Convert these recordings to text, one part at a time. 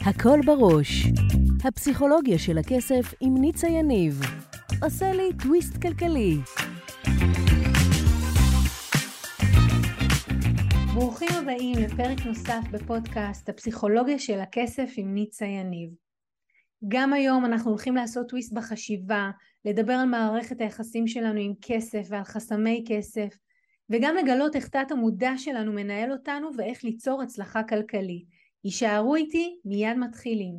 הכל בראש. הפסיכולוגיה של הכסף עם ניצה יניב. עושה לי טוויסט כלכלי. ברוכים הבאים לפרק נוסף בפודקאסט הפסיכולוגיה של הכסף עם ניצה יניב. גם היום אנחנו הולכים לעשות טוויסט בחשיבה, לדבר על מערכת היחסים שלנו עם כסף ועל חסמי כסף, וגם לגלות איך תת המודע שלנו מנהל אותנו ואיך ליצור הצלחה כלכלית. יישארו איתי, מיד מתחילים.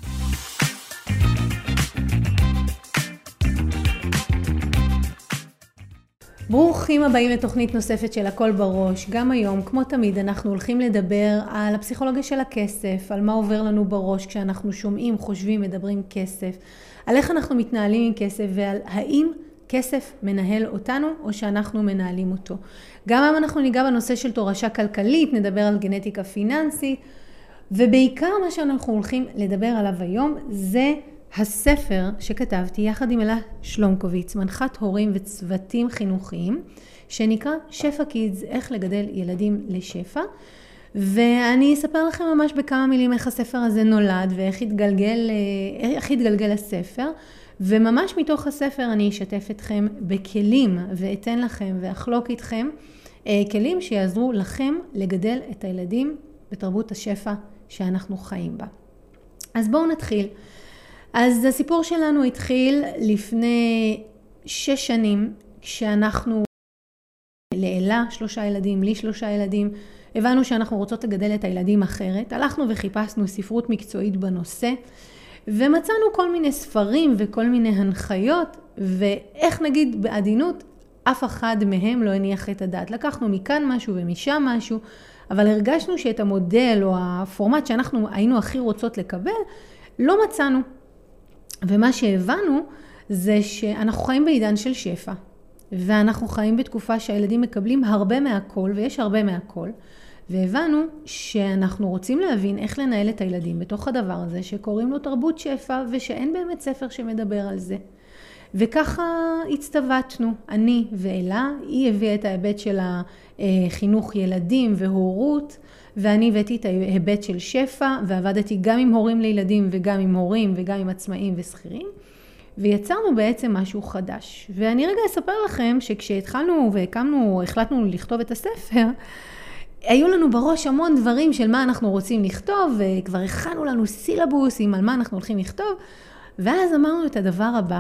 ברוכים הבאים לתוכנית נוספת של הכל בראש. גם היום, כמו תמיד, אנחנו הולכים לדבר על הפסיכולוגיה של הכסף, על מה עובר לנו בראש כשאנחנו שומעים, חושבים, מדברים כסף, על איך אנחנו מתנהלים עם כסף ועל האם כסף מנהל אותנו או שאנחנו מנהלים אותו. גם היום אנחנו ניגע בנושא של תורשה כלכלית, נדבר על גנטיקה פיננסית, ובעיקר מה שאנחנו הולכים לדבר עליו היום זה הספר שכתבתי יחד עם אלה שלומקוביץ, מנחת הורים וצוותים חינוכיים, שנקרא שפע קידס, איך לגדל ילדים לשפע. ואני אספר לכם ממש בכמה מילים איך הספר הזה נולד ואיך התגלגל הספר. וממש מתוך הספר אני אשתף אתכם בכלים ואתן לכם ואחלוק איתכם כלים שיעזרו לכם לגדל את הילדים בתרבות השפע שאנחנו חיים בה. אז בואו נתחיל. אז הסיפור שלנו התחיל לפני 6 שנים, כשאנחנו לאלה 3 ילדים, לי 3 ילדים, הבנו שאנחנו רוצות לגדל את הילדים אחרת, הלכנו וחיפשנו ספרות מקצועית בנושא, ומצאנו כל מיני ספרים וכל מיני הנחיות, ואיך נגיד בעדינות, אף אחד מהם לא הניח את הדעת. לקחנו מכאן משהו ומשם משהו, אבל הרגשנו שאת המודל או הפורמט שאנחנו היינו הכי רוצות לקבל, לא מצאנו. ומה שהבנו זה שאנחנו חיים בעידן של שפע, ואנחנו חיים בתקופה שהילדים מקבלים הרבה מהכל, ויש הרבה מהכל, והבנו שאנחנו רוצים להבין איך לנהל את הילדים בתוך הדבר הזה, שקוראים לו תרבות שפע, ושאין באמת ספר שמדבר על זה. וככה הצטוותנו, אני ואלה, היא הביאה את ההיבט של החינוך ילדים והורות, ואני הבאתי את ההיבט של שפע, ועבדתי גם עם הורים לילדים וגם עם הורים וגם עם עצמאים ושכירים, ויצרנו בעצם משהו חדש. ואני רגע אספר לכם שכשהתחלנו החלטנו לכתוב את הספר, היו לנו בראש המון דברים של מה אנחנו רוצים לכתוב, וכבר הכנו לנו סילבוסים על מה אנחנו הולכים לכתוב, ואז אמרנו את הדבר הבא.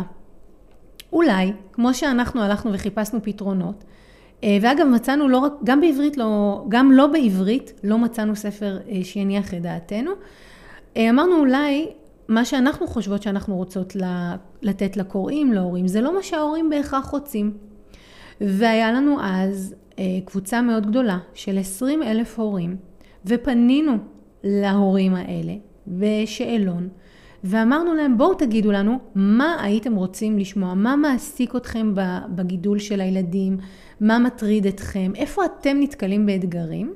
אולי, כמו שאנחנו הלכנו וחיפשנו פתרונות, ואגב מצאנו לא רק, גם לא בעברית, לא מצאנו ספר שיניח את דעתנו, אמרנו אולי מה שאנחנו חושבות שאנחנו רוצות לתת לקוראים, להורים, זה לא מה שההורים בהכרח רוצים. והיה לנו אז קבוצה מאוד גדולה של 20,000 הורים, ופנינו להורים האלה בשאלון, ואמרנו להם, בואו תגידו לנו מה הייתם רוצים לשמוע, מה מעסיק אתכם בגידול של הילדים, מה מטריד אתכם, איפה אתם נתקלים באתגרים.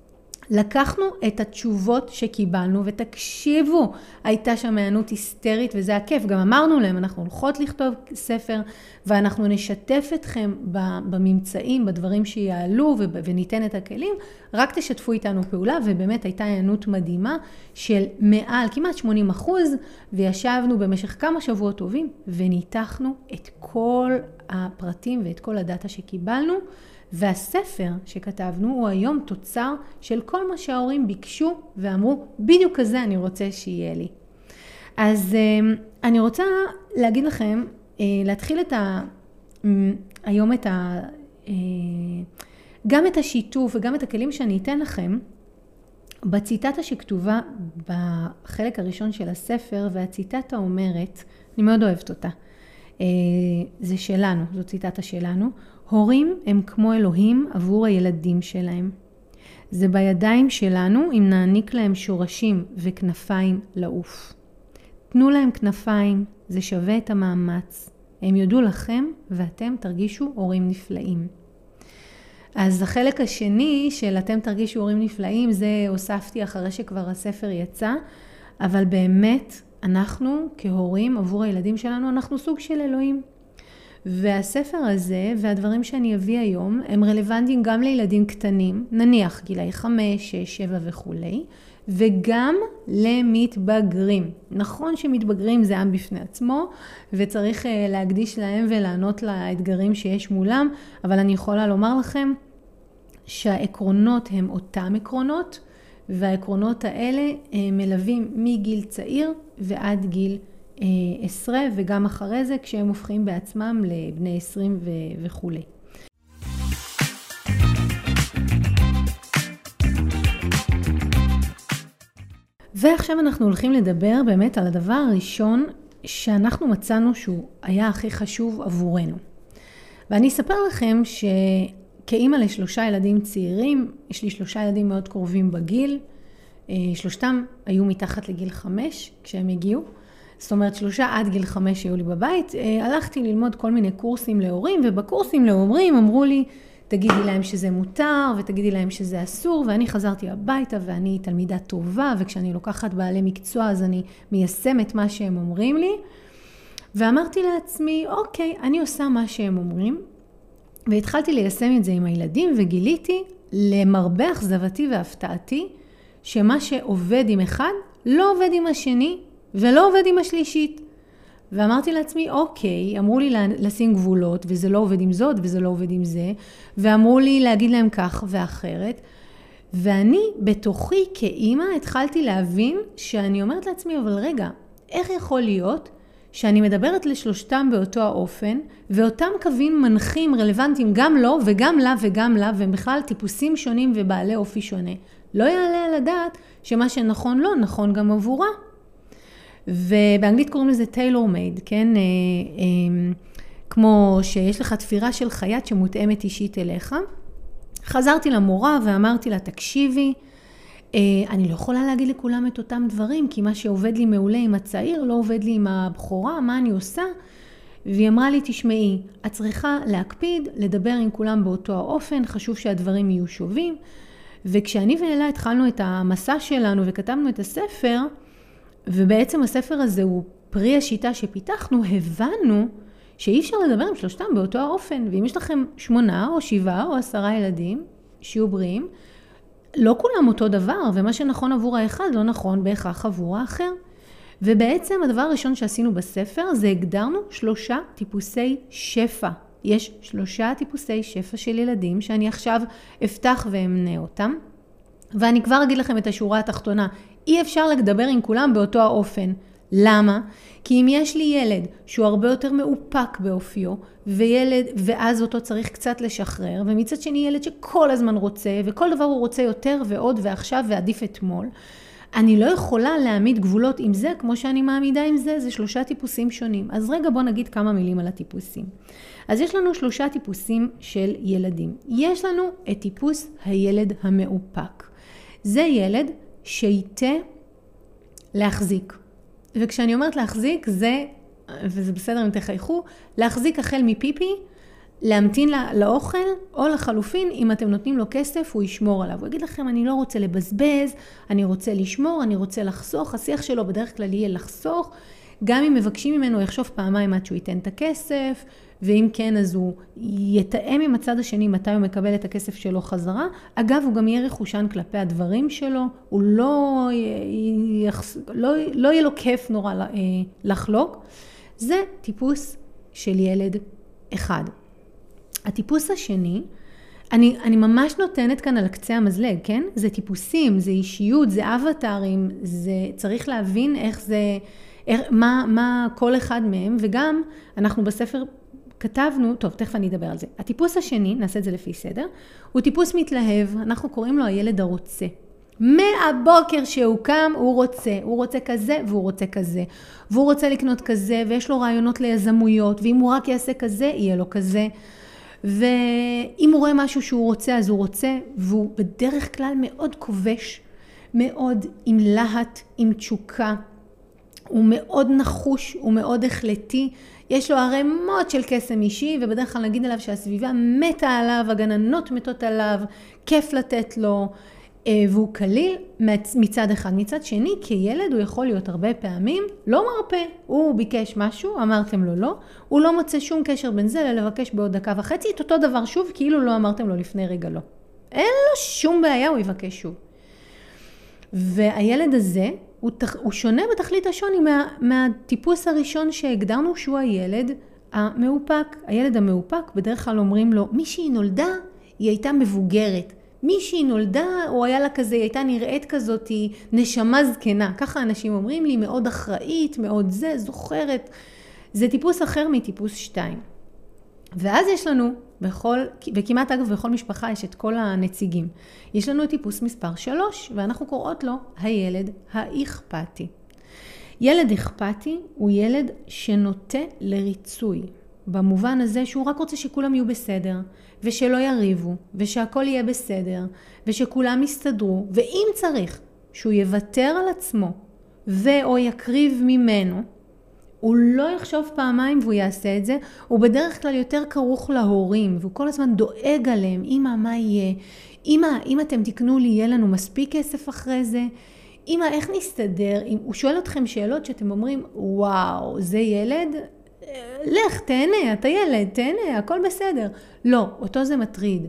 לקחנו את התשובות שקיבלנו, ותקשיבו, הייתה שם הענות היסטרית וזה הכיף. גם אמרנו להם, אנחנו הולכות לכתוב ספר, ואנחנו נשתף אתכם בממצאים, בדברים שיעלו וניתן את הכלים, רק תשתפו איתנו פעולה, ובאמת הייתה הענות מדהימה של מעל, כמעט 80%, וישבנו במשך כמה שבועות טובים, וניתחנו את כל הפרטים ואת כל הדאטה שקיבלנו, והספר שכתבנו הוא היום תוצר של כל מה שההורים ביקשו ואמרו, בדיוק כזה אני רוצה שיהיה לי. אז אני רוצה להגיד לכם, להתחיל היום גם את השיתוף וגם את הכלים שאני אתן לכם, בציטטה שכתובה בחלק הראשון של הספר, והציטטה אומרת, אני מאוד אוהבת אותה, זה שלנו, זו ציטטה שלנו, הורים הם כמו אלוהים עבור הילדים שלהם. זה בידיים שלנו אם נעניק להם שורשים וכנפיים לעוף. תנו להם כנפיים, זה שווה את המאמץ. הם יודו לכם ואתם תרגישו הורים נפלאים. אז החלק השני של אתם תרגישו הורים נפלאים, זה הוספתי אחרי שכבר הספר יצא, אבל באמת אנחנו כהורים עבור הילדים שלנו, אנחנו סוג של אלוהים. והספר הזה והדברים שאני אביא היום הם רלוונטיים גם לילדים קטנים, נניח גילאי 5, 6, 7 וכו', וגם למתבגרים. נכון שמתבגרים זה עם בפני עצמו, וצריך להקדיש להם ולענות לאתגרים שיש מולם, אבל אני יכולה לומר לכם שהעקרונות הם אותם עקרונות, והעקרונות האלה מלווים מגיל צעיר ועד גיל 10, וגם אחרי זה כשהם הופכים בעצמם לבני 20 וכו'. ועכשיו אנחנו הולכים לדבר באמת על הדבר הראשון שאנחנו מצאנו שהוא היה הכי חשוב עבורנו. ואני אספר לכם שכאימא ל3 ילדים צעירים, יש לי 3 ילדים מאוד קרובים בגיל, 3 היו מתחת לגיל 5 כשהם הגיעו, זאת אומרת 3 עד גיל 5 היו לי בבית, הלכתי ללמוד כל מיני קורסים להורים, ובקורסים להורים אמרו לי, תגידי להם שזה מותר ותגידי להם שזה אסור, ואני חזרתי הביתה ואני תלמידה טובה, וכשאני לוקחת בעלי מקצוע אז אני מיישמת מה שהם אומרים לי, ואמרתי לעצמי, אוקיי, אני עושה מה שהם אומרים, והתחלתי ליישם את זה עם הילדים, וגיליתי למרבה אכזבתי והפתעתי, שמה שעובד עם אחד לא עובד עם השני ולא עובד עם השלישית. ואמרתי לעצמי, אוקיי, אמרו לי לשים גבולות, וזה לא עובד עם זאת, וזה לא עובד עם זה, ואמרו לי להגיד להם כך ואחרת, ואני בתוכי כאימא התחלתי להבין שאני אומרת לעצמי, אבל רגע, איך יכול להיות שאני מדברת לשלושתם באותו האופן, ואותם קווים מנחים רלוונטיים גם לו וגם לה וגם לה, והם בכלל טיפוסים שונים ובעלי אופי שונה. לא יעלה על הדעת שמה שנכון לא, נכון גם עבורה. ובאנגלית קוראים לזה טיילור מייד, כן? כמו שיש לך תפירה של חייט שמותאמת אישית אליך. חזרתי למורה ואמרתי לה, תקשיבי, אני לא יכולה להגיד לכולם את אותם דברים, כי מה שעובד לי מעולה עם הצעיר לא עובד לי עם הבחורה, מה אני עושה? והיא אמרה לי, תשמעי, את צריכה להקפיד, לדבר עם כולם באותו האופן, חשוב שהדברים יהיו שובים. וכשאני ואלה התחלנו את המסע שלנו וכתבנו את הספר, ובעצם הספר הזה הוא פרי השיטה שפיתחנו, הבנו שאי אפשר לדבר עם שלושתם באותו האופן. ואם יש לכם 8 או 7 או 10 ילדים שיהיו בריאים, לא כולם אותו דבר, ומה שנכון עבור האחד לא נכון בהכרח עבור האחר. ובעצם הדבר הראשון שעשינו בספר זה הגדרנו 3 טיפוסי שפע. יש 3 טיפוסי שפע של ילדים שאני עכשיו אפתח ואמנה אותם. ואני כבר אגיד לכם את השורה התחתונה, אי אפשר לדבר עם כולם באותו האופן. למה? כי אם יש לי ילד שהוא הרבה יותר מאופק באופיו, ואז אותו צריך קצת לשחרר, ומצד שני ילד שכל הזמן רוצה, וכל דבר הוא רוצה יותר ועוד ועכשיו ועדיף אתמול, אני לא יכולה להעמיד גבולות עם זה, כמו שאני מעמידה עם זה, זה 3 טיפוסים שונים. אז רגע בוא נגיד כמה מילים על הטיפוסים. אז יש לנו 3 טיפוסים של ילדים. יש לנו את טיפוס הילד המאופק. זה ילד שייתה להחזיק. וכשאני אומרת להחזיק, וזה בסדר אם תחייכו, להחזיק החל מפיפי, להמתין לאוכל, או לחלופין, אם אתם נותנים לו כסף, הוא ישמור עליו. הוא יגיד לכם, אני לא רוצה לבזבז, אני רוצה לשמור, אני רוצה לחסוך. השיח שלו בדרך כלל יהיה לחסוך. גם אם מבקשים ממנו, הוא יחשוב פעמיים עד שהוא ייתן את הכסף, ואם כן, אז הוא יתאם עם הצד השני מתי הוא מקבל את הכסף שלו חזרה. אגב, הוא גם יהיה רכושן כלפי הדברים שלו, הוא לא יהיה לו כיף נורא לחלוק. זה טיפוס של ילד אחד. הטיפוס השני, אני ממש נותנת כאן על קצה המזלג, כן? זה טיפוסים, זה אישיות, זה אבטרים, זה צריך להבין איך זה, מה כל אחד מהם, וגם אנחנו בספר כתבנו, טוב, תכף אני אדבר על זה. הטיפוס השני, נעשה את זה לפי סדר, הוא טיפוס מתלהב, אנחנו קוראים לו הילד הרוצה. מהבוקר שהוא קם, הוא רוצה כזה והוא רוצה כזה. והוא רוצה לקנות כזה, ויש לו רעיונות ליזמויות, ואם הוא רק יעשה כזה, יהיה לו כזה. ואם הוא רואה משהו שהוא רוצה, אז הוא רוצה, והוא בדרך כלל מאוד כובש, מאוד עם להט, עם תשוקה. הוא מאוד נחוש, הוא מאוד החלטי. יש לו ערימות של קסם אישי, ובדרך כלל נגיד עליו שהסביבה מתה עליו, הגננות מתות עליו, כיף לתת לו, והוא קליל מצד אחד. מצד שני, כילד הוא יכול להיות הרבה פעמים לא מרפא. הוא ביקש משהו, אמרתם לו לא, הוא לא מוצא שום קשר בין זה ללבקש בעוד 1.5 דקות, את אותו דבר שוב, כאילו לא אמרתם לו לפני רגע לא. אין לו שום בעיה, הוא יבקש שוב. והילד הזה, הוא שונה בתכלית השוני מהטיפוס הראשון שהגדרנו שהוא הילד המאופק. הילד המאופק, בדרך כלל אומרים לו, מי שהיא נולדה, היא הייתה מבוגרת. מי שהיא נולדה, או היה לה כזה, היא הייתה נראית כזאת, היא נשמה זקנה. ככה אנשים אומרים לי, מאוד אחראית, מאוד זוכרת. זה טיפוס אחר מטיפוס 2. ואז יש לנו, וכמעט אגב בכל משפחה יש את כל הנציגים. יש לנו את טיפוס מספר 3, ואנחנו קוראות לו הילד האכפתי. ילד אכפתי הוא ילד שנוטה לריצוי. במובן הזה שהוא רק רוצה שכולם יהיו בסדר, ושלא יריבו, ושהכל יהיה בסדר, ושכולם יסתדרו, ואם צריך שהוא יוותר על עצמו, או יקריב ממנו, הוא לא יחשוב פעמיים והוא יעשה את זה, הוא בדרך כלל יותר כרוך להורים, והוא כל הזמן דואג עליהם, אמא, מה יהיה? אמא, אם אתם תקנו לי, יהיה לנו מספיק כסף אחרי זה? אמא, איך נסתדר? הוא שואל אתכם שאלות שאתם אומרים, וואו, זה ילד? לך, תהנה, אתה ילד, תהנה, הכל בסדר. לא, אותו זה מטריד.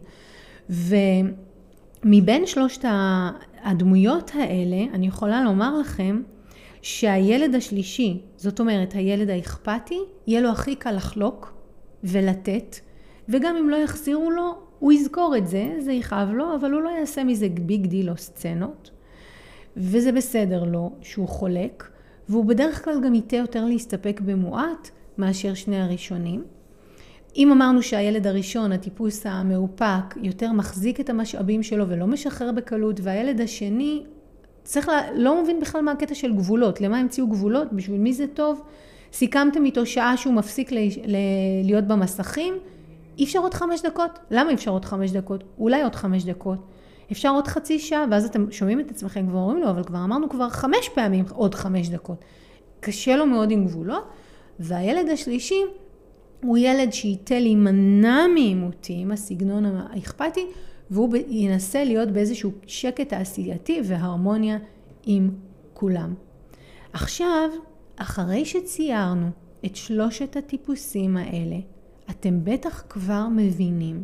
ומבין שלושת הדמויות האלה, אני יכולה לומר לכם, שהילד השלישי, זאת אומרת, הילד האכפתי, יהיה לו הכי קל לחלוק ולתת, וגם אם לא יחזירו לו, הוא יזכור את זה, זה יכאב לו, אבל הוא לא יעשה מזה ביג דיל או סצנות, וזה בסדר לו שהוא חולק, והוא בדרך כלל גם ייתה יותר להסתפק במועט מאשר שני הראשונים. אם אמרנו שהילד הראשון, הטיפוס המאופק, יותר מחזיק את המשאבים שלו ולא משחרר בקלות, והילד השני לא מבין בכלל מה הקטע של גבולות, למה המציאו גבולות, בשביל מי זה טוב, סיכמתם איתו שעה שהוא מפסיק להיות במסכים, אי אפשר עוד 5 דקות, למה אי אפשר עוד 5 דקות? אולי עוד 5 דקות, אפשר עוד חצי שעה, ואז אתם שומעים את עצמכם כבר אומרים לו, אבל כבר אמרנו כבר 5 פעמים עוד 5 דקות, קשה לו מאוד עם גבולות, והילד השלישי הוא ילד שייתה להימנע מעימותים, הסגנון האכפתי, והוא ינסה להיות באיזשהו שקט תעשייתי והרמוניה עם כולם. עכשיו, אחרי שציירנו את 3 הטיפוסים האלה, אתם בטח כבר מבינים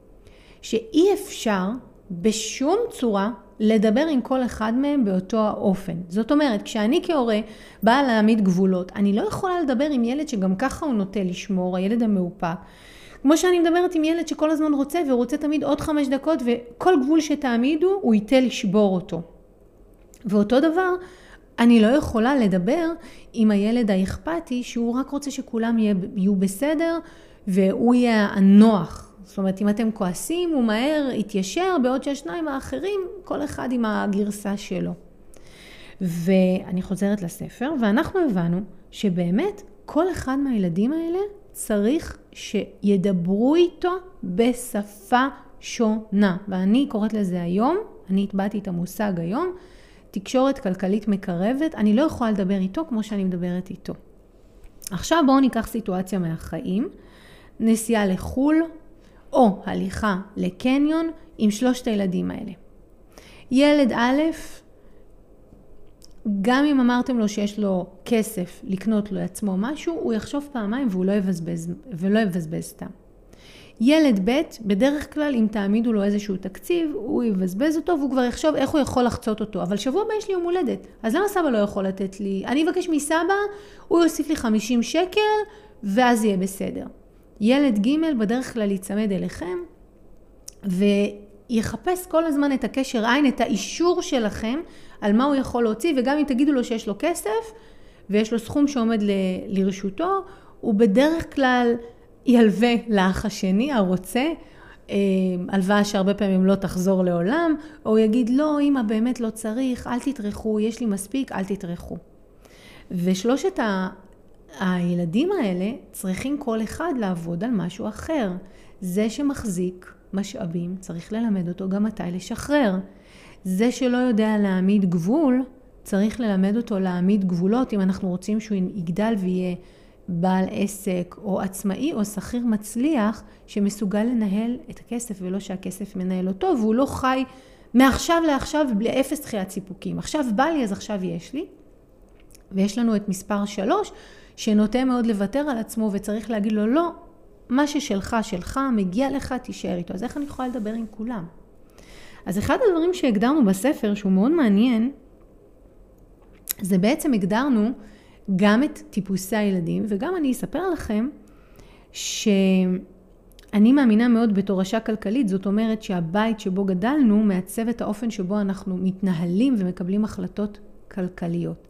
שאי אפשר בשום צורה לדבר עם כל אחד מהם באותו האופן. זאת אומרת, כשאני כהורה באה להעמיד גבולות, אני לא יכולה לדבר עם ילד שגם ככה הוא נוטה לשמור, הילד המאופק, כמו שאני מדברת עם ילד שכל הזמן רוצה, והוא רוצה תמיד עוד 5 דקות, וכל גבול שתעמידו, הוא ייתה לשבור אותו. ואותו דבר, אני לא יכולה לדבר עם הילד האכפתי, שהוא רק רוצה שכולם יהיו בסדר, והוא יהיה הנוח. זאת אומרת, אם אתם כועסים, הוא מהר יתיישר, בעוד שהשניים האחרים, כל אחד עם הגרסה שלו. ואני חוזרת לספר, ואנחנו הבנו שבאמת כל אחד מהילדים האלה, צריך שידברו איתו בשפה שונה. ואני קוראת לזה היום, אני התבעתי את המושג היום, תקשורת כלכלית מקרבת, אני לא יכולה לדבר איתו כמו שאני מדברת איתו. עכשיו בואו ניקח סיטואציה מהחיים, נסיעה לחול או הליכה לקניון עם 3 הילדים האלה. ילד א', גם אם אמרתם לו שיש לו כסף לקנות לו עצמו משהו, הוא יחשוב פעמיים ולא יבזבז סתם. ילד ב', בדרך כלל אם תעמידו לו איזשהו תקציב, הוא יבזבז אותו והוא כבר יחשוב איך הוא יכול לחצות אותו. אבל שבוע הבא יש לי יום הולדת, אז למה סבא לא יכול לתת לי? אני אבקש מסבא, הוא יוסיף לי 50 שקל ואז יהיה בסדר. ילד ג' בדרך כלל יצמד אליכם ויחפש כל הזמן את הקשר עין, את האישור שלכם על מה הוא יכול להוציא, וגם אם תגידו לו שיש לו כסף ויש לו סכום שעומד לרשותו, הוא בדרך כלל ילווה לאח השני הרוצה, הלוואה שהרבה פעמים לא תחזור לעולם, או יגיד לא, אמא באמת לא צריך, אל תתרחו, יש לי מספיק, אל תתרחו. ושלושת הילדים האלה צריכים כל אחד לעבוד על משהו אחר. זה שמחזיק משאבים צריך ללמד אותו גם מתי לשחרר. זה שלא יודע להעמיד גבול, צריך ללמד אותו להעמיד גבולות, אם אנחנו רוצים שהוא יגדל ויהיה בעל עסק או עצמאי או שכיר מצליח שמסוגל לנהל את הכסף ולא שהכסף מנהל אותו, והוא לא חי מעכשיו לעכשיו בלי אפס דחיית סיפוקים. עכשיו בא לי אז עכשיו יש לי, ויש לנו את מספר 3 שנוטה מאוד לוותר על עצמו וצריך להגיד לו לא, מה ששלך שלך, מגיע לך, תישאר איתו. אז איך אני יכולה לדבר עם כולם? אז אחד הדברים שהגדרנו בספר, שהוא מאוד מעניין, זה בעצם הגדרנו גם את טיפוסי הילדים, וגם אני אספר לכם שאני מאמינה מאוד בתורשה כלכלית, זאת אומרת שהבית שבו גדלנו מעצב את האופן שבו אנחנו מתנהלים ומקבלים החלטות כלכליות.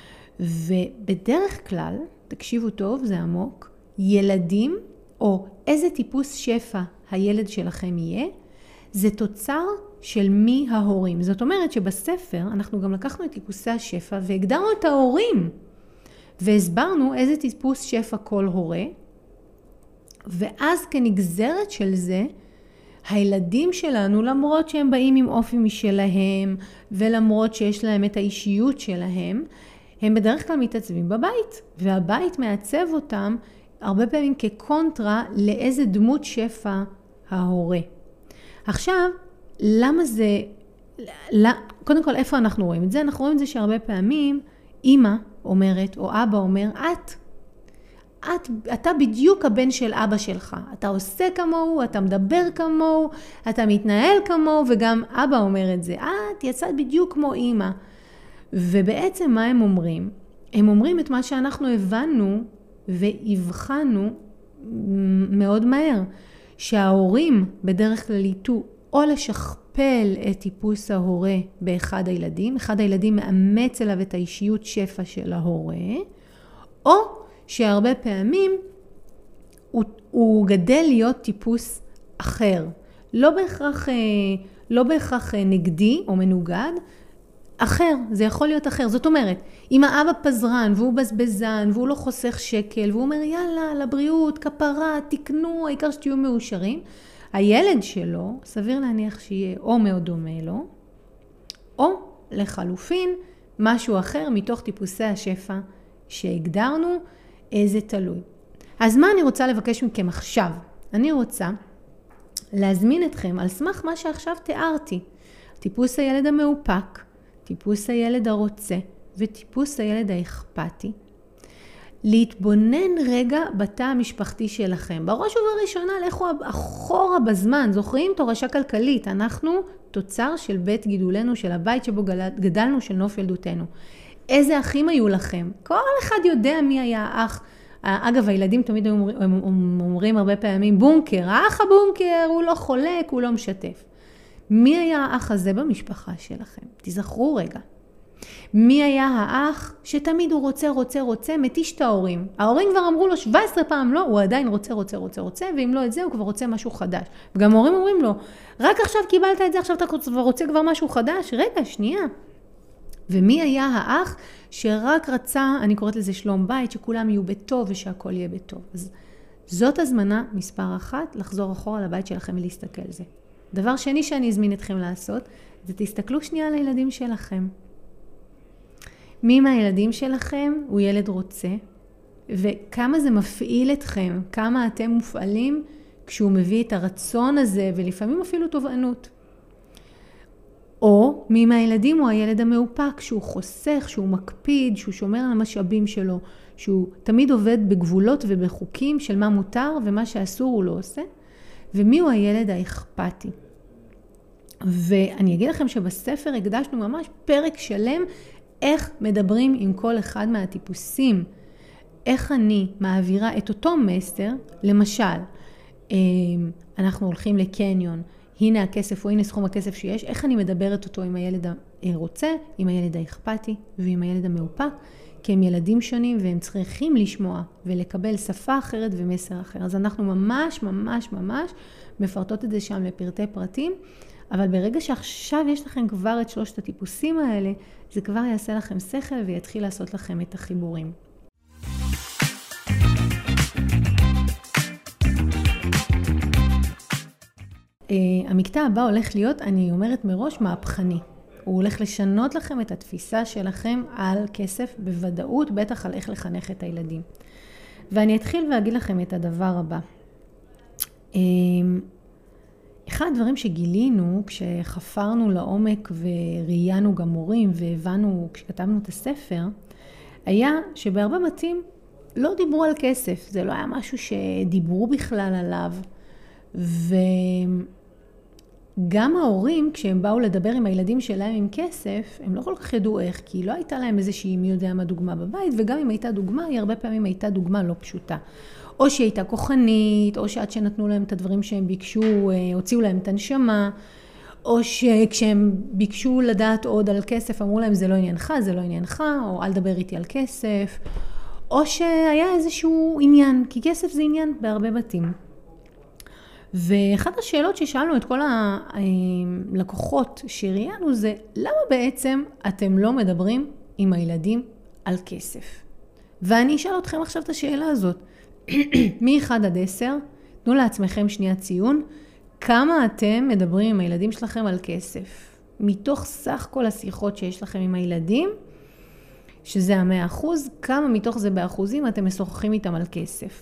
ובדרך כלל, תקשיבו טוב, זה עמוק, ילדים או איזה טיפוס שפע הילד שלכם יהיה, זה תוצר של מי ההורים. זאת אומרת שבספר אנחנו גם לקחנו את טיפוסי השפע והגדרנו את ההורים. והסברנו איזה טיפוס שפע כל הורה. ואז כנגזרת של זה, הילדים שלנו, למרות שהם באים עם אופי משלהם, ולמרות שיש להם את האישיות שלהם, הם בדרך כלל מתעצבים בבית. והבית מעצב אותם הרבה פעמים כקונטרה לאיזה דמות שפע ההורה. עכשיו, למה זה, קודם כל איפה אנחנו רואים את זה? אנחנו רואים את זה שהרבה פעמים אמא אומרת או אבא אומר, אתה בדיוק הבן של אבא שלך. אתה עושה כמוהו, אתה מדבר כמוהו, אתה מתנהל כמוהו, וגם אבא אומר את זה. את יצאת בדיוק כמו אמא. ובעצם מה הם אומרים? הם אומרים את מה שאנחנו הבנו והבחנו מאוד מהר. שההורים בדרך כלל ייטו או לשכפל את טיפוס ההורה באחד הילדים, אחד הילדים מאמץ אליו את האישיות שפע של ההורה, או שהרבה פעמים הוא גדל להיות טיפוס אחר, לא בהכרח נגדי או מנוגד, אחר, זה יכול להיות אחר. זאת אומרת, אם האבא פזרן והוא בזבזן והוא לא חוסך שקל והוא אומר יאללה לבריאות, כפרה, תקנו, העיקר שתהיו מאושרים, הילד שלו סביר להניח שיהיה או מאוד דומה לו, או לחלופין משהו אחר מתוך טיפוסי השפע שהגדרנו, איזה תלוי. אז מה אני רוצה לבקש מכם עכשיו? אני רוצה להזמין אתכם על סמך מה שעכשיו תיארתי. טיפוס הילד המאופק, טיפוס הילד הרוצה וטיפוס הילד האכפתי, להתבונן רגע בתא המשפחתי שלכם. בראש ובראשונה, לכו אחורה בזמן, זוכרים תורשה כלכלית, אנחנו תוצר של בית גידולנו, של הבית שבו גדלנו, של נוף ילדותנו. איזה אחים היו לכם? כל אחד יודע מי היה האח. אגב, הילדים תמיד אומרים הרבה פעמים, בונקר, האח הבונקר, הוא לא חולק, הוא לא משתף. מי היה האח הזה במשפחה שלכם? תזכרו רגע. מי היה האח שתמיד הוא רוצה, מתיש את ההורים. ההורים כבר אמרו לו 17 פעם לא, הוא עדיין רוצה, ואם לא את זה, הוא כבר רוצה משהו חדש. וגם ההורים אומרים לו, רק עכשיו קיבלת את זה, עכשיו אתה רוצה כבר משהו חדש? רגע, שנייה. ומי היה האח שרק רצה, אני קוראת לזה שלום בית, שכולם יהיו בטוב ושהכל יהיה בטוב. אז זאת הזמנה מספר 1, לחזור אחורה לבית שלכם ולהסתכל על זה. דבר שני שאני אזמין אתכם לעשות, זה תסתכלו שנייה על הילדים שלכם. מי מהילדים שלכם הוא ילד רוצה, וכמה זה מפעיל אתכם, כמה אתם מופעלים כשהוא מביא את הרצון הזה, ולפעמים אפילו תובענות. או מי מהילדים הוא הילד המאופק, שהוא חוסך, שהוא מקפיד, שהוא שומר על המשאבים שלו, שהוא תמיד עובד בגבולות ובחוקים של מה מותר ומה שאסור הוא לא עושה. ומי הוא הילד האכפתי. ואני אגיד לכם שבספר הקדשנו ממש פרק שלם איך מדברים עם כל אחד מהטיפוסים. איך אני מעבירה את אותו מסר, למשל, אנחנו הולכים לקניון, הנה הכסף או הנה סכום הכסף שיש, איך אני מדברת אותו עם הילד הרוצה, עם הילד האכפתי ועם הילד המאופק, כי הם ילדים שונים והם צריכים לשמוע ולקבל שפה אחרת ומסר אחר. אז אנחנו ממש מפרטות את זה שם לפרטי פרטים, אבל ברגע שעכשיו יש לכם כבר את 3 הטיפוסים האלה, זה כבר יעשה לכם שכל ויתחיל לעשות לכם את החיבורים. המקטע הבא הולך להיות, אני אומרת מראש, מהפכני. הוא הולך לשנות לכם את התפיסה שלכם על כסף בוודאות, בטח על איך לחנך את הילדים. ואני אתחיל ואגיד לכם את הדבר הבא. אחד הדברים שגילינו כשחפרנו לעומק וראיינו גם מורים והבנו כשכתבנו את הספר, היה שבהרבה בתים לא דיברו על כסף. זה לא היה משהו שדיברו בכלל עליו. גם ההורים, כשהם באו לדבר עם הילדים שלהם עם כסף, הם לא כל כך ידעו איך, כי לא הייתה להם איזושהי מי יודע מה דוגמה בבית, וגם אם הייתה דוגמה, היא הרבה פעמים הייתה דוגמה לא פשוטה. או שהיא הייתה כוחנית, או שעד שנתנו להם את הדברים שהם ביקשו, הוציאו להם את הנשמה, או שכשהם ביקשו לדעת עוד על כסף, אמרו להם זה לא עניינך, זה לא עניינך, או אל דבר איתי על כסף, או שהיה איזשהו עניין, כי כסף זה עניין בהרבה בתים. ואחת השאלות ששאלנו את כל הלקוחות שראיינו זה, למה בעצם אתם לא מדברים עם הילדים על כסף? ואני אשאל אתכם עכשיו את השאלה הזאת. מ-1 עד 10, תנו לעצמכם שנייה ציון, כמה אתם מדברים עם הילדים שלכם על כסף? מתוך סך כל השיחות שיש לכם עם הילדים, שזה 100%, כמה מתוך זה באחוזים אתם משוחחים איתם על כסף?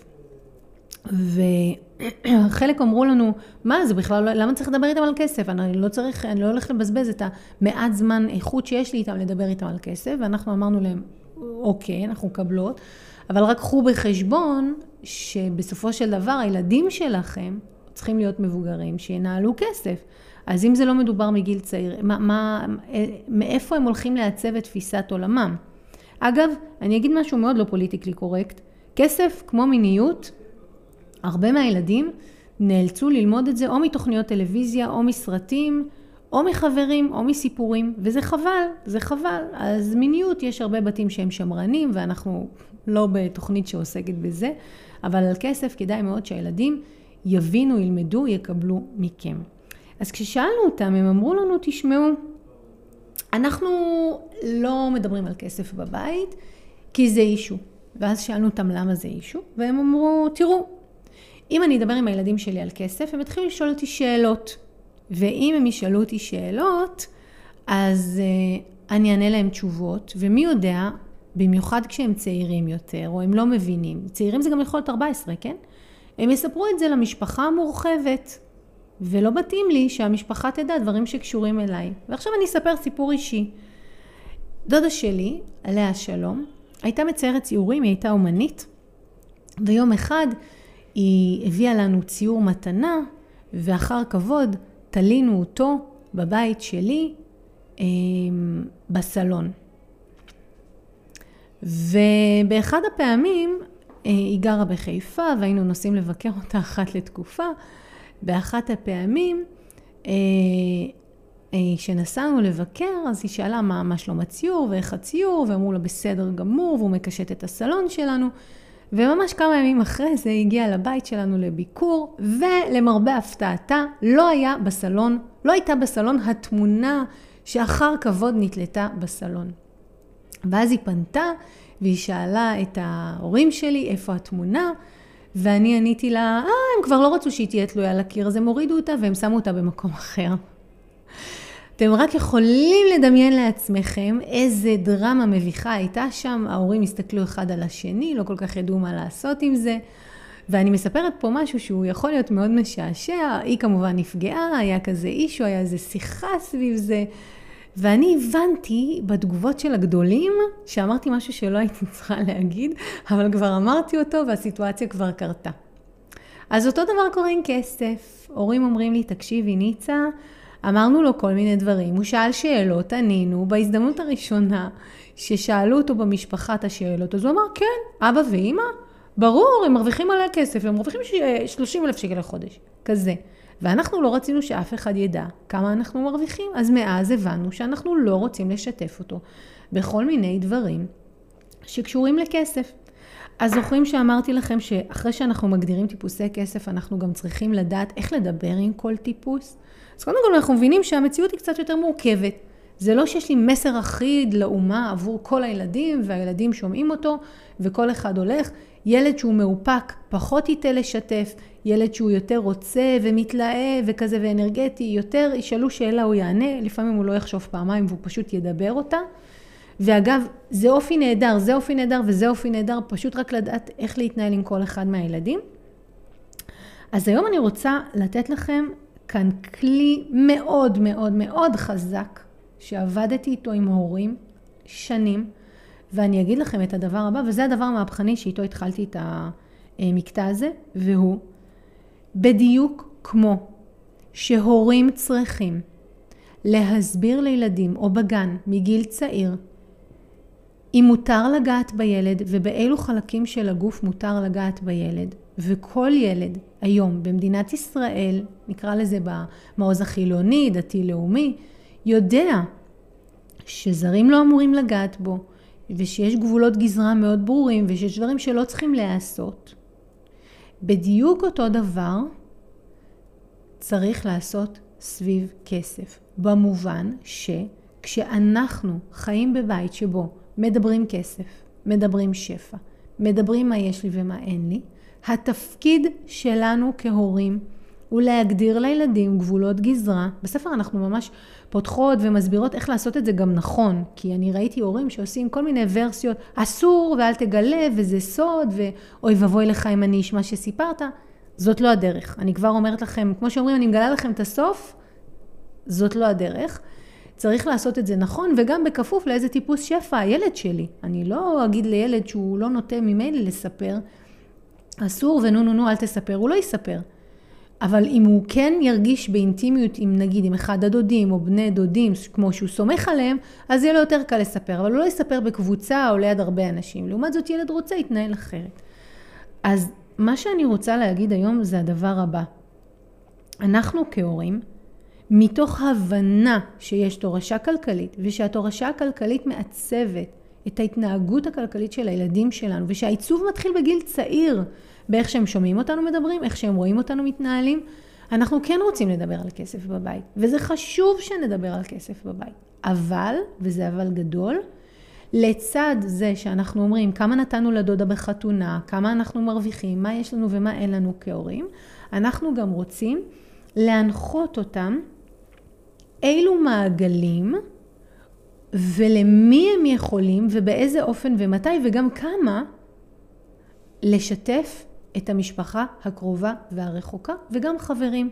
וחלק אמרו לנו, מה זה בכלל, למה צריך לדבר איתם על כסף? אני לא הולך לבזבז את המעט זמן איכות שיש לי איתם לדבר איתם על כסף, ואנחנו אמרנו להם, אוקיי, אנחנו קבלות, אבל רק קחו בחשבון שבסופו של דבר הילדים שלכם צריכים להיות מבוגרים שינהלו כסף. אז אם זה לא מדובר מגיל צעיר, מאיפה הם הולכים לעצב את תפיסת עולמם? אגב, אני אגיד משהו מאוד לא פוליטיקלי קורקט, כסף כמו מיניות, הרבה מהילדים נאלצו ללמוד את זה או מתוכניות טלוויזיה, או מסרטים, או מחברים, או מסיפורים, וזה חבל, זה חבל. אז מיניות יש הרבה בתים שהם שמרנים, ואנחנו לא בתוכנית שעוסקת בזה, אבל על כסף כדאי מאוד שהילדים יבינו, ילמדו, יקבלו מכם. אז כששאלנו אותם, הם אמרו לנו, תשמעו, אנחנו לא מדברים על כסף בבית, כי זה אישו. ואז שאלנו אותם למה זה אישו, והם אמרו, תראו, אם אני אדבר עם הילדים שלי על כסף, הם יתחילו לשאול אותי שאלות. ואם הם ישאלו אותי שאלות, אז אני אענה להם תשובות, ומי יודע, במיוחד כשהם צעירים יותר, או הם לא מבינים, צעירים זה גם יכול להיות 14, כן? הם יספרו את זה למשפחה המורחבת, ולא מתאים לי שהמשפחה תדע דברים שקשורים אליי. ועכשיו אני אספר סיפור אישי. דודה שלי, עליה השלום, הייתה מציירת ציורים, היא הייתה אומנית, ויום אחד היא הביאה לנו ציור מתנה, ואחר כבוד תלינו אותו בבית שלי בסלון. ובאחד הפעמים היא גרה בחיפה, והיינו נוסעים לבקר אותה אחת לתקופה. באחת הפעמים שנסענו לבקר, אז היא שאלה מה שלום הציור ואיך הציור, ואמרו לה בסדר גמור, והוא מקשט את הסלון שלנו. וממש כמה ימים אחרי זה הגיעה לבית שלנו לביקור, ולמרבה הפתעתה לא הייתה בסלון התמונה שאחר כבוד נתלתה בסלון. ואז היא פנתה והיא שאלה את ההורים שלי איפה התמונה, ואני עניתי לה, הם כבר לא רצו שהיא תהיה תלויה לקיר, אז הם הורידו אותה והם שמו אותה במקום אחר. אתם רק יכולים לדמיין לעצמכם איזה דרמה מביכה הייתה שם, ההורים הסתכלו אחד על השני, לא כל כך ידעו מה לעשות עם זה, ואני מספרת פה משהו שהוא יכול להיות מאוד משעשע, היא כמובן נפגעה, היה כזה אישו, היה איזה שיחה סביב זה, ואני הבנתי בתגובות של הגדולים, שאמרתי משהו שלא הייתי צריכה להגיד, אבל כבר אמרתי אותו והסיטואציה כבר קרתה. אז אותו דבר קורה עם כסף, הורים אומרים לי, תקשיבי ניצה, אמרנו לו כל מיני דברים, הוא שאל שאלות, ענינו, בהזדמנות הראשונה ששאלו אותו במשפחה את השאלות, אז הוא אמר, כן, אבא ואמא, ברור, הם מרוויחים עליה כסף, הם מרוויחים 30,000 שקל לחודש, כזה. ואנחנו לא רצינו שאף אחד ידע כמה אנחנו מרוויחים, אז מאז הבנו שאנחנו לא רוצים לשתף אותו בכל מיני דברים שקשורים לכסף. אז זוכרים שאמרתי לכם שאחרי שאנחנו מגדירים טיפוסי כסף, אנחנו גם צריכים לדעת איך לדבר עם כל טיפוס? אז קודם כל אנחנו מבינים שהמציאות היא קצת יותר מורכבת. זה לא שיש לי מסר אחיד לאומה עבור כל הילדים, והילדים שומעים אותו, וכל אחד הולך. ילד שהוא מאופק פחות ייתה לשתף, ילד שהוא יותר רוצה ומתלהב וכזה ואנרגטי, יותר ישאלו שאלה הוא יענה, לפעמים הוא לא יחשוב פעמיים והוא פשוט ידבר אותה. ואגב, זה אופי נהדר, זה אופי נהדר וזה אופי נהדר, פשוט רק לדעת איך להתנהל עם כל אחד מהילדים. אז היום אני רוצה לתת לכם כאן כלי מאוד מאוד מאוד חזק, שעבדתי איתו עם הורים שנים, ואני אגיד לכם את הדבר הבא, וזה הדבר המהפכני שאיתו התחלתי את המקטע הזה, והוא בדיוק כמו שהורים צריכים להסביר לילדים או בגן מגיל צעיר אם מותר לגעת בילד ובאילו חלקים של הגוף מותר לגעת בילד. וכל ילד היום במדינת ישראל, נקרא לזה במעוז החילוני, דתי לאומי, יודע שזרים לא אמורים לגעת בו, ושיש גבולות גזרה מאוד ברורים, ושיש דברים שלא צריכים לעשות. בדיוק אותו דבר צריך לעשות סביב כסף. במובן שכשאנחנו חיים בבית שבו מדברים כסף, מדברים שפע, מדברים מה יש לי ומה אין לי, התפקיד שלנו כהורים הוא להגדיר לילדים גבולות גזרה. בספר אנחנו ממש פותחות ומסבירות איך לעשות את זה גם נכון, כי אני ראיתי הורים שעושים כל מיני ורסיות, אסור ואל תגלה וזה סוד, ואוי ובוי לך אם אני אשמע שסיפרת. זאת לא הדרך. אני כבר אומרת לכם, כמו שאומרים, אני מגלה לכם את הסוף, זאת לא הדרך. צריך לעשות את זה נכון, וגם בכפוף לאיזה טיפוס שפע הילד שלי. אני לא אגיד לילד שהוא לא נוטה ממילא לספר, אסור נו, אל תספר, הוא לא יספר. אבל אם הוא כן ירגיש באינטימיות, נגיד עם אחד הדודים או בני דודים, כמו שהוא סומך עליהם, אז יהיה לו יותר קל לספר, אבל הוא לא יספר בקבוצה או ליד הרבה אנשים. לעומת זאת, ילד רוצה יתנהל אחרת. אז מה שאני רוצה להגיד היום זה הדבר הבא. אנחנו כהורים, מתוך הבנה שיש תורשה כלכלית, ושהתורשה הכלכלית מעצבת את ההתנהגות הכלכלית של הילדים שלנו, ושהעיצוב מתחיל בגיל צעיר, באיך שהם שומעים אותנו מדברים, איך שהם רואים אותנו מתנהלים, אנחנו כן רוצים לדבר על כסף בבית, וזה חשוב שנדבר על כסף בבית. אבל, וזה אבל גדול, לצד זה שאנחנו אומרים כמה נתנו לדודה בחתונה, כמה אנחנו מרוויחים, מה יש לנו ומה אין לנו כהורים, אנחנו גם רוצים להנחות אותם אילו מעגלים ולמי הם יכולים ובאיזה אופן ומתי וגם כמה לשתף את המשפחה הקרובה והרחוקה וגם חברים.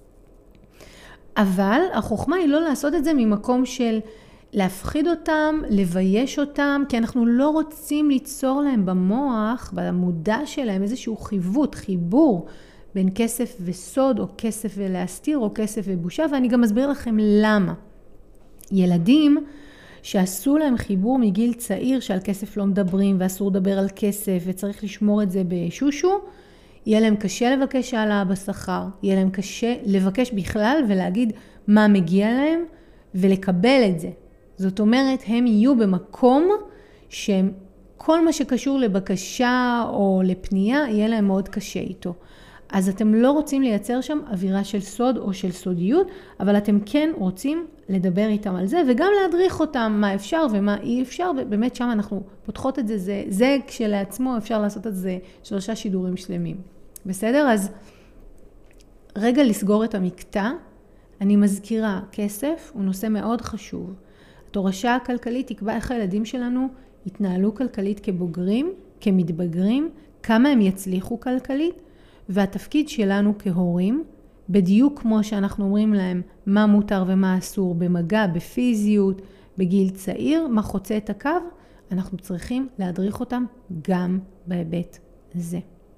אבל החוכמה היא לא לעשות את זה ממקום של להפחיד אותם, לבייש אותם, כי אנחנו לא רוצים ליצור להם במוח, במודע שלהם איזשהו חיבור בין כסף וסוד או כסף ולהסתיר או כסף ובושה, ואני גם אסביר לכם למה. ילדים שעשו להם חיבור מגיל צעיר שעל כסף לא מדברים ואסור לדבר על כסף וצריך לשמור את זה בשושו, יהיה להם קשה לבקש העלאה בשכר, יהיה להם קשה לבקש בכלל ולהגיד מה מגיע להם ולקבל את זה. זאת אומרת, הם יהיו במקום שכל מה שקשור לבקשה או לפנייה יהיה להם מאוד קשה איתו. אז אתם לא רוצים לייצר שם אווירה של סוד או של סודיות, אבל אתם כן רוצים לדבר איתם על זה, וגם להדריך אותם מה אפשר ומה אי אפשר, ובאמת שם אנחנו פותחות את זה, זה כשלעצמו אפשר לעשות את זה 3 שידורים שלמים. בסדר? אז רגע לסגור את המקטע, אני מזכירה, כסף הוא נושא מאוד חשוב. התורשה הכלכלית תקבע איך הילדים שלנו יתנהלו כלכלית כבוגרים, כמתבגרים, כמה הם יצליחו כלכלית, והתפקיד שלנו כהורים, בדיוק כמו שאנחנו אומרים להם מה מותר ומה אסור במגע, בפיזיות, בגיל צעיר, מה חוצה את הקו, אנחנו צריכים להדריך אותם גם בהיבט הזה.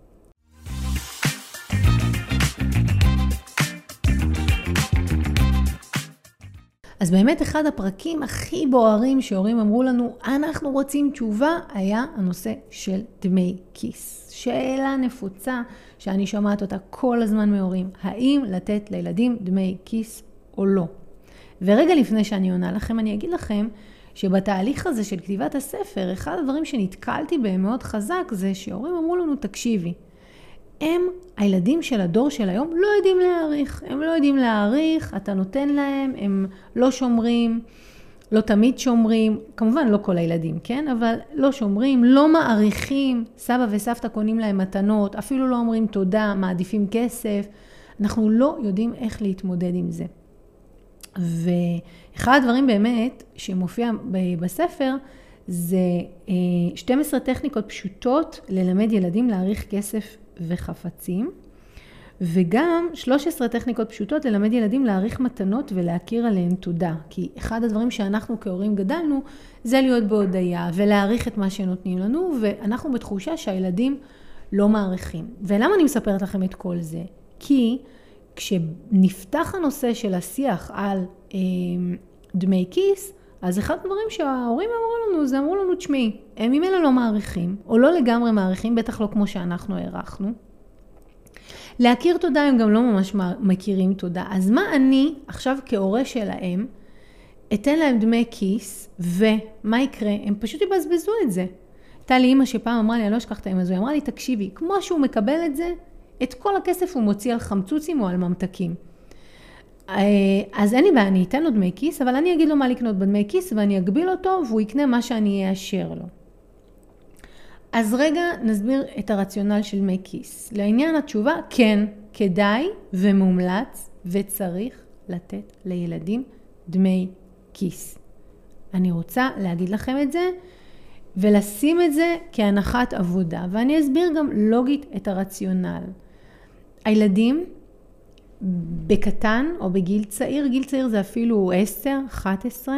אז באמת אחד הפרקים הכי בוערים שהורים אמרו לנו, אנחנו רוצים תשובה, היה הנושא של דמי כיס. שאלה נפוצה שאני שומעת אותה כל הזמן מהורים, האם לתת לילדים דמי כיס או לא? ורגע לפני שאני עונה לכם, אני אגיד לכם שבתהליך הזה של כתיבת הספר, אחד הדברים שנתקלתי בהם מאוד חזק זה שהורים אמרו לנו, תקשיבי, הילדים של הדור של היום לא יודעים להעריך, הם לא יודעים להעריך, אתה נותן להם, הם לא שומרים, לא תמיד שומרים, כמובן לא כל הילדים, כן? אבל לא שומרים, לא מעריכים, סבא וסבתא קונים להם מתנות, אפילו לא אומרים תודה, מעדיפים כסף, אנחנו לא יודעים איך להתמודד עם זה. ואחד הדברים באמת שמופיע בספר, זה 12 טכניקות פשוטות ללמד ילדים להעריך כסף וחפצים, וגם 13 טכניקות פשוטות ללמד ילדים להעריך מתנות ולהכיר עליהן תודה. כי אחד הדברים שאנחנו כהורים גדלנו, זה להיות בהודיה ולהעריך את מה שנותנים לנו, ואנחנו בתחושה שהילדים לא מעריכים. ולמה אני מספרת לכם את כל זה? כי כשנפתח הנושא של השיח על דמי כיס, אז אחד הדברים שההורים אמרו לנו, זה אמרו לנו, תשמעי, הם ממילא לא מעריכים, או לא לגמרי מעריכים, בטח לא כמו שאנחנו הערכנו. להכיר תודה הם גם לא ממש מכירים תודה. אז מה אני עכשיו כהורה שלהם, אתן להם דמי כיס, ומה יקרה? הם פשוט יבזבזו את זה. הייתה לי אמא שפעם אמרה לי, אני לא אשכח את האמא הזו, היא אמרה לי, תקשיבי, כמו שהוא מקבל את זה, את כל הכסף הוא מוציא על חמצוצים או על ממתקים. אז אין לי בעיה, אני אתן לו דמי כיס, אבל אני אגיד לו מה לקנות בדמי כיס, ואני אגביל אותו, והוא יקנה מה שאני אאשר לו. אז רגע נסביר את הרציונל של דמי כיס. לעניין התשובה, כן, כדאי ומומלץ וצריך לתת לילדים דמי כיס. אני רוצה להגיד לכם את זה, ולשים את זה כהנחת עבודה, ואני אסביר גם לוגית את הרציונל. הילדים בקטן או בגיל צעיר, גיל צעיר זה אפילו 10, 11,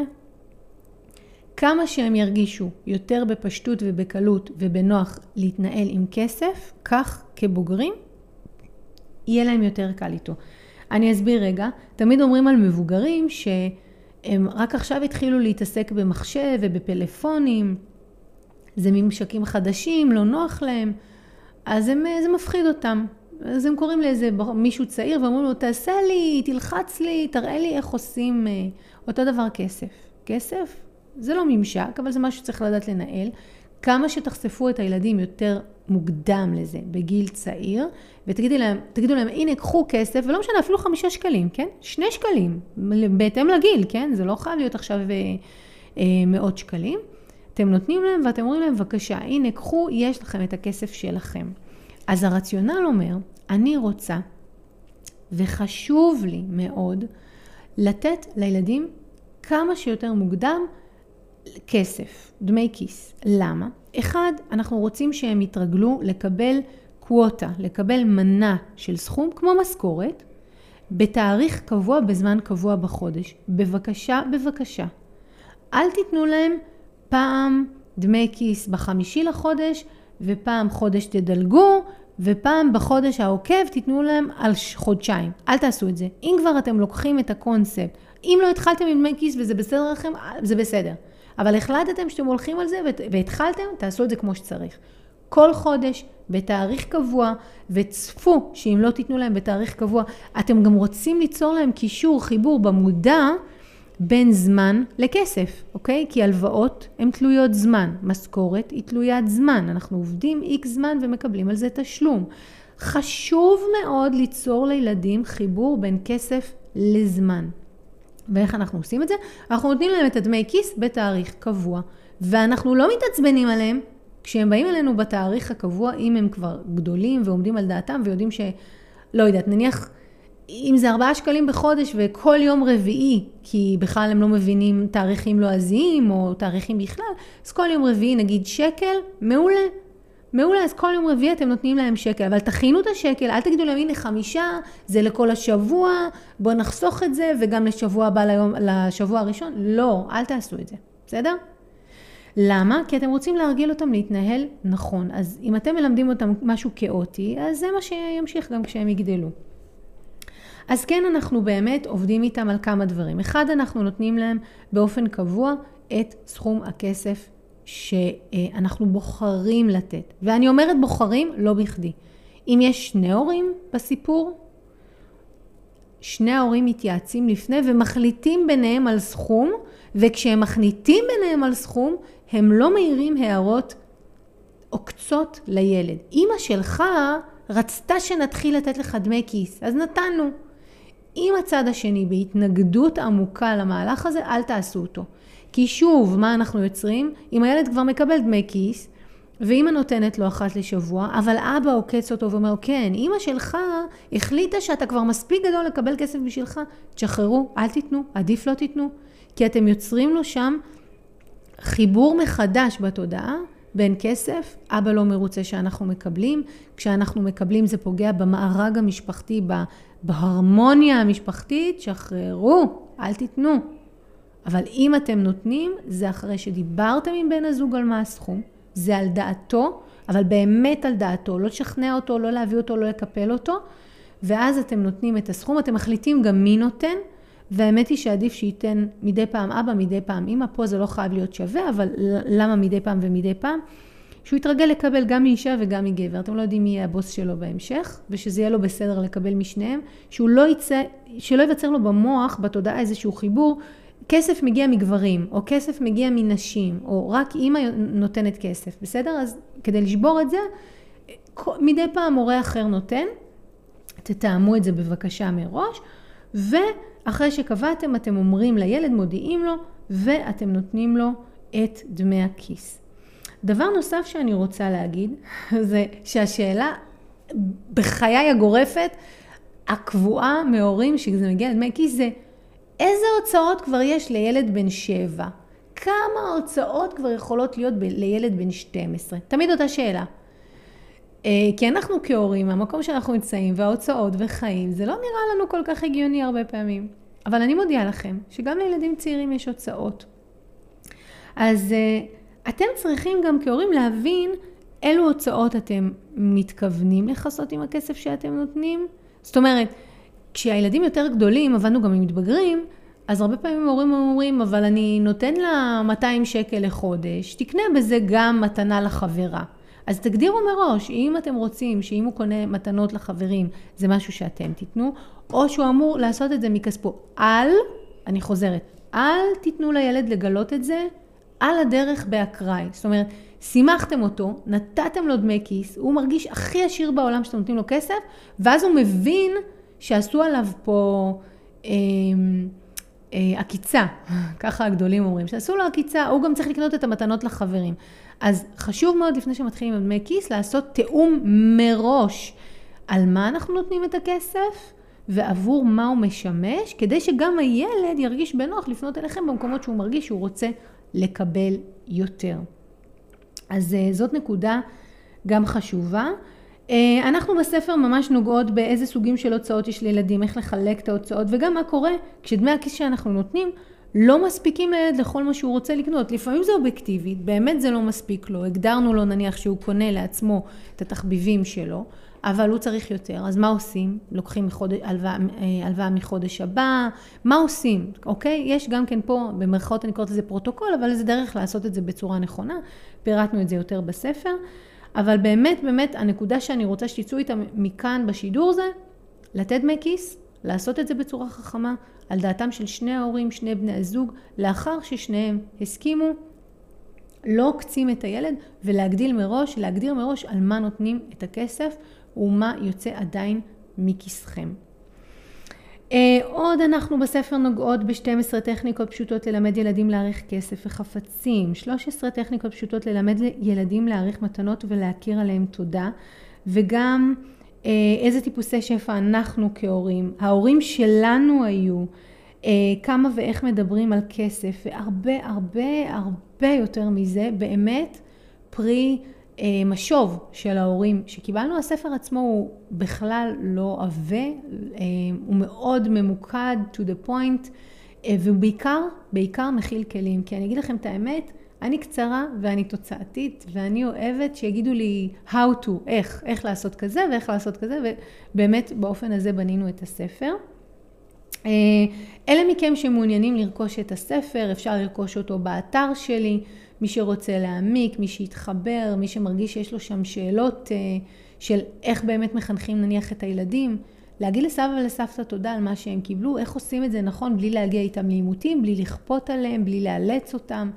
כמה שהם ירגישו יותר בפשטות ובקלות ובנוח להתנהל עם כסף, כך כבוגרים, יהיה להם יותר קל איתו. אני אסביר רגע, תמיד אומרים על מבוגרים שהם רק עכשיו התחילו להתעסק במחשב ובפלאפונים, זה ממשקים חדשים, לא נוח להם, אז זה מפחיד אותם. אז הם קוראים לאיזה מישהו צעיר ואומרים לו, תעשה לי, תלחץ לי, תראה לי איך עושים אותו דבר כסף. כסף זה לא ממשק, אבל זה משהו שצריך לדעת לנהל. כמה שתחשפו את הילדים יותר מוקדם לזה, בגיל צעיר, ותגידו להם, הנה, קחו כסף, ולא משנה, אפילו 5 שקלים, כן? 2 שקלים, בהתאם לגיל, כן? זה לא חייב להיות עכשיו מאות שקלים. אתם נותנים להם ואתם אומרים להם, בבקשה, הנה, קחו, יש לכם את הכסף שלכם. אז הרציונל אומר, אני רוצה, וחשוב לי מאוד, לתת לילדים כמה שיותר מוקדם כסף, דמי כיס. למה? אחד, אנחנו רוצים שהם יתרגלו לקבל קווטה, לקבל מנה של סכום, כמו משכורת, בתאריך קבוע, בזמן קבוע בחודש. בבקשה, בבקשה. אל תיתנו להם פעם דמי כיס ב5 לחודש, ופעם חודש תדלגו, ופעם בחודש העוקב תיתנו להם על חודשיים. אל תעשו את זה. אם כבר אתם לוקחים את הקונספט, אם לא התחלתם עם דמי כיס וזה בסדר לכם, זה בסדר. אבל החלטתם שאתם הולכים על זה והתחלתם, תעשו את זה כמו שצריך. כל חודש, בתאריך קבוע, וצפו שאם לא תיתנו להם בתאריך קבוע, אתם גם רוצים ליצור להם קישור, חיבור במודע, בין זמן לכסף, אוקיי? כי הלוואות הן תלויות זמן, משכורת היא תלוית זמן, אנחנו עובדים X זמן ומקבלים על זה תשלום. חשוב מאוד ליצור לילדים חיבור בין כסף לזמן. ואיך אנחנו עושים את זה? אנחנו נותנים להם את הדמי כיס בתאריך קבוע, ואנחנו לא מתעצבנים עליהם כשהם באים אלינו בתאריך הקבוע, אם הם כבר גדולים ועומדים על דעתם ויודעים לא יודעת, נניח אם זה 4 שקלים בחודש וכל יום רביעי, כי בכלל הם לא מבינים תאריכים לועזיים או תאריכים בכלל, אז כל יום רביעי נגיד שקל, מעולה. מעולה, אז כל יום רביעי אתם נותנים להם שקל, אבל תכינו את השקל, אל תגידו להם, הנה 5, זה לכל השבוע, בוא נחסוך את זה, וגם לשבוע הבא לשבוע הראשון. לא, אל תעשו את זה, בסדר? למה? כי אתם רוצים להרגיל אותם להתנהל נכון. אז אם אתם מלמדים אותם משהו כאוטי, אז זה מה שימשיך גם כשהם יגדלו. אז כן, אנחנו באמת עובדים איתם על כמה דברים. אחד, אנחנו נותנים להם באופן קבוע את סכום הכסף שאנחנו בוחרים לתת. ואני אומרת בוחרים, לא בכדי. אם יש 2 הורים בסיפור, 2 ההורים מתייעצים לפני ומחליטים ביניהם על סכום, וכשהם מחליטים ביניהם על סכום, הם לא מעירים הערות עוקצות לילד. אמא שלך רצתה שנתחיל לתת לך דמי כיס, אז נתנו. אם הצד השני בהתנגדות עמוקה למהלך הזה, אל תעשו אותו. כי שוב, מה אנחנו יוצרים? אם הילד כבר מקבל דמי כיס, ואמא נותנת לו אחת לשבוע, אבל אבא עוקץ אותו ואומר, כן, אמא שלך החליטה שאתה כבר מספיק גדול לקבל כסף בשבילך, תשחררו, אל תיתנו, עדיף לא תיתנו, כי אתם יוצרים לו שם חיבור מחדש בתודעה, בין כסף, אבא לא מרוצה שאנחנו מקבלים, כשאנחנו מקבלים זה פוגע במארג המשפחתי, בהרמוניה המשפחתית, שחררו, אל תיתנו. אבל אם אתם נותנים, זה אחרי שדיברתם עם בן הזוג על מה הסכום, זה על דעתו, אבל באמת על דעתו, לא לשכנע אותו, לא להביא אותו, לא לקפל אותו, ואז אתם נותנים את הסכום, אתם מחליטים גם מי נותן, והאמת היא שעדיף שייתן מדי פעם אבא, מדי פעם אמא, פה זה לא חייב להיות שווה, אבל למה מדי פעם ומדי פעם? שהוא יתרגל לקבל גם מאישה וגם מגבר. אתם לא יודעים מי יהיה הבוס שלו בהמשך, ושזה יהיה לו בסדר לקבל משניהם, שלא ייווצר לו במוח, בתודעה איזשהו חיבור, כסף מגיע מגברים, או כסף מגיע מנשים, או רק אמא נותנת כסף, בסדר? אז כדי לשבור את זה, מדי פעם מורה אחר נותן, תתאמו את זה בבקשה מראש, ואחרי שקבעתם, אתם אומרים לילד, מודיעים לו, ואתם נותנים לו את דמי הכיס. דבר נוסף שאני רוצה להגיד, זה שהשאלה בחיי הגורפת, הקבועה מהורים שזה מגיע לדמי כיס, זה איזה הוצאות כבר יש לילד בן 7? כמה הוצאות כבר יכולות להיות לילד בן 12? תמיד אותה שאלה. כי אנחנו כהורים, המקום שאנחנו נמצאים וההוצאות וחיים, זה לא נראה לנו כל כך הגיוני הרבה פעמים. אבל אני מודיעה לכם שגם לילדים צעירים יש הוצאות. אז אתם צריכים גם כהורים להבין אילו הוצאות אתם מתכוונים לחסות עם הכסף שאתם נותנים. זאת אומרת, כשהילדים יותר גדולים, עבדנו גם עם מתבגרים, אז הרבה פעמים ההורים אומרים, אבל אני נותן לה 200 שקל לחודש, תקנה בזה גם מתנה לחברה. אז תגדירו מראש, אם אתם רוצים שאם הוא קונה מתנות לחברים, זה משהו שאתם תיתנו, או שהוא אמור לעשות את זה מכספו. אני חוזרת, אל תיתנו לילד לגלות את זה על הדרך באקראי. זאת אומרת, שימחתם אותו, נתתם לו דמי כיס, הוא מרגיש הכי עשיר בעולם שאתם נותנים לו כסף, ואז הוא מבין שעשו עליו פה עקיצה, ככה הגדולים אומרים, שעשו לו עקיצה, הוא גם צריך לקנות את המתנות לחברים. אז חשוב מאוד לפני שמתחילים עם דמי כיס, לעשות תיאום מראש על מה אנחנו נותנים את הכסף, ועבור מה הוא משמש, כדי שגם הילד ירגיש בנוח לפנות אליכם במקומות שהוא מרגיש שהוא רוצה לקבל יותר. אז זאת נקודה גם חשובה. אנחנו בספר ממש נוגעות באיזה סוגים של הוצאות יש לילדים, איך לחלק את ההוצאות, וגם מה קורה כשדמי הכיס שאנחנו נותנים לא מספיקים לילד לכל מה שהוא רוצה לקנות. לפעמים זה אובייקטיבית, באמת זה לא מספיק לו, הגדרנו לו נניח שהוא קונה לעצמו את התחביבים שלו, אבל הוא צריך יותר. אז מה עושים? לוקחים הלוואה מחודש הבא, מה עושים? אוקיי? יש גם כן פה, במרכאות אני קוראת לזה פרוטוקול, אבל זה דרך לעשות את זה בצורה נכונה. פירטנו את זה יותר בספר. אבל באמת, הנקודה שאני רוצה שתצאו איתה מכאן בשידור זה, לתת דמי כיס, לעשות את זה בצורה חכמה, על דעתם של שני ההורים, שני בני הזוג, לאחר ששניהם הסכימו, לא קצים את הילד, ולהגדיר מראש על מה נותנים את הכסף, ומה יוצא עדיין מכיסכם. עוד אנחנו בספר נוגעות ב-12 טכניקות פשוטות ללמד ילדים להעריך כסף וחפצים, 13 טכניקות פשוטות ללמד ילדים להעריך מתנות ולהכיר עליהם תודה, וגם איזה טיפוסי שפע אנחנו כהורים, ההורים שלנו היו, כמה ואיך מדברים על כסף, והרבה יותר מזה, באמת פרי משוב של ההורים שקיבלנו. הספר עצמו הוא בכלל לא עבה, הוא מאוד ממוקד to the point, ובעיקר מכיל כלים. כי אני אגיד לכם את האמת, אני קצרה ואני תוצאתית, ואני אוהבת שיגידו לי how to, איך לעשות כזה ואיך לעשות כזה, ובאמת באופן הזה בנינו את הספר. אלה מכם שמעוניינים לרכוש את הספר, אפשר לרכוש אותו באתר שלי, מי שרוצה להעמיק, מי שיתחבר, מי שמרגיש שיש לו שם שאלות של איך באמת מחנכים נניח את הילדים, להגיד לסבא ולסבתא תודה על מה שהם קיבלו, איך עושים את זה נכון בלי להגיע איתם לעימותים, בלי לכפות עליהם, בלי לאלץ אותם.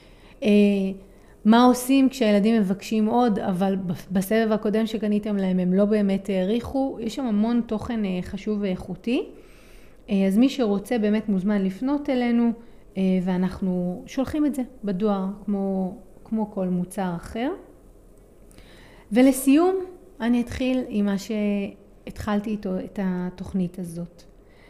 מה עושים כשהילדים מבקשים עוד, אבל בסבב הקודם שקניתם להם הם לא באמת העריכו, יש שם המון תוכן חשוב ואיכותי. אז מי שרוצה באמת מוזמן לפנות אלינו, ואנחנו שולחים את זה בדואר כמו כל מוצר אחר. ולסיום, אני אתחיל עם מה שהתחלתי איתו את התוכנית הזאת.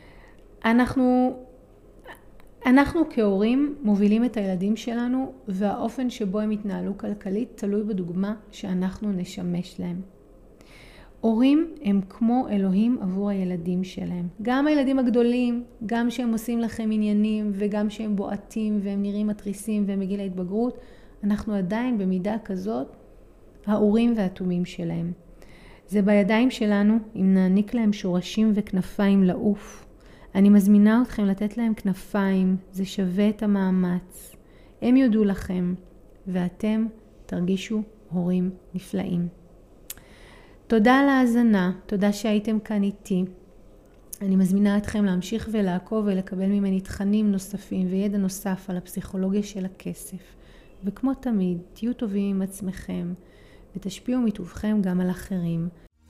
אנחנו כהורים מובילים את הילדים שלנו, והאופן שבו הם התנהלו כלכלית תלוי בדוגמה שאנחנו נשמש להם. הורים הם כמו אלוהים עבור הילדים שלהם. גם הילדים הגדולים, גם שהם עושים לכם עניינים, וגם שהם בועטים והם נראים מטריסים והם בגיל ההתבגרות, אנחנו עדיין במידה כזאת ההורים והתומים שלהם. זה בידיים שלנו אם נעניק להם שורשים וכנפיים לעוף. אני מזמינה אתכם לתת להם כנפיים, זה שווה את המאמץ. הם יודו לכם, ואתם תרגישו הורים נפלאים. תודה על ההאזנה, תודה שהייתם כאן איתי. אני מזמינה אתכם להמשיך ולעקוב ולקבל ממני תכנים נוספים וידע נוסף על הפסיכולוגיה של הכסף. וכמו תמיד, תהיו טובים עם עצמכם ותשפיעו מטובכם גם על אחרים.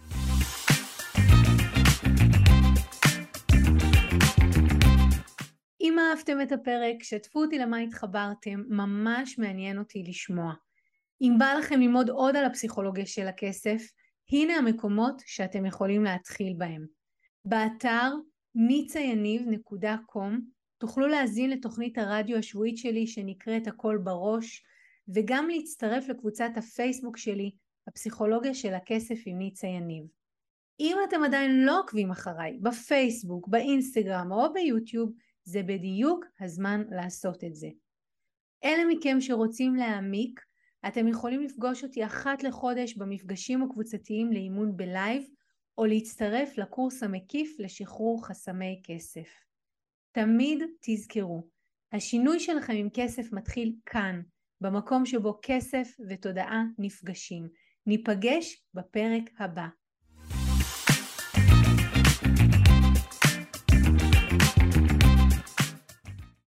אם אהבתם את הפרק, שתפו אותי למה התחברתם, ממש מעניין אותי לשמוע. אם בא לכם ללמוד עוד על הפסיכולוגיה של הכסף, הנה המקומות שאתם יכולים להתחיל בהם. באתר nicayaniv.com תוכלו להזין לתוכנית הרדיו השבועית שלי שנקראת הכל בראש, וגם להצטרף לקבוצת הפייסבוק שלי, הפסיכולוגיה של הכסף עם ניצה יניב. אם אתם עדיין לא עוקבים אחריי בפייסבוק, באינסטגרם או ביוטיוב, זה בדיוק הזמן לעשות את זה. אלה מכם שרוצים להעמיק, אתם יכולים לפגוש אותי אחת לחודש במפגשים הקבוצתיים לאימון בלייב, או להצטרף לקורס המקיף לשחרור חסמי כסף. תמיד תזכרו, השינוי שלכם עם כסף מתחיל כאן, במקום שבו כסף ותודעה נפגשים. ניפגש בפרק הבא.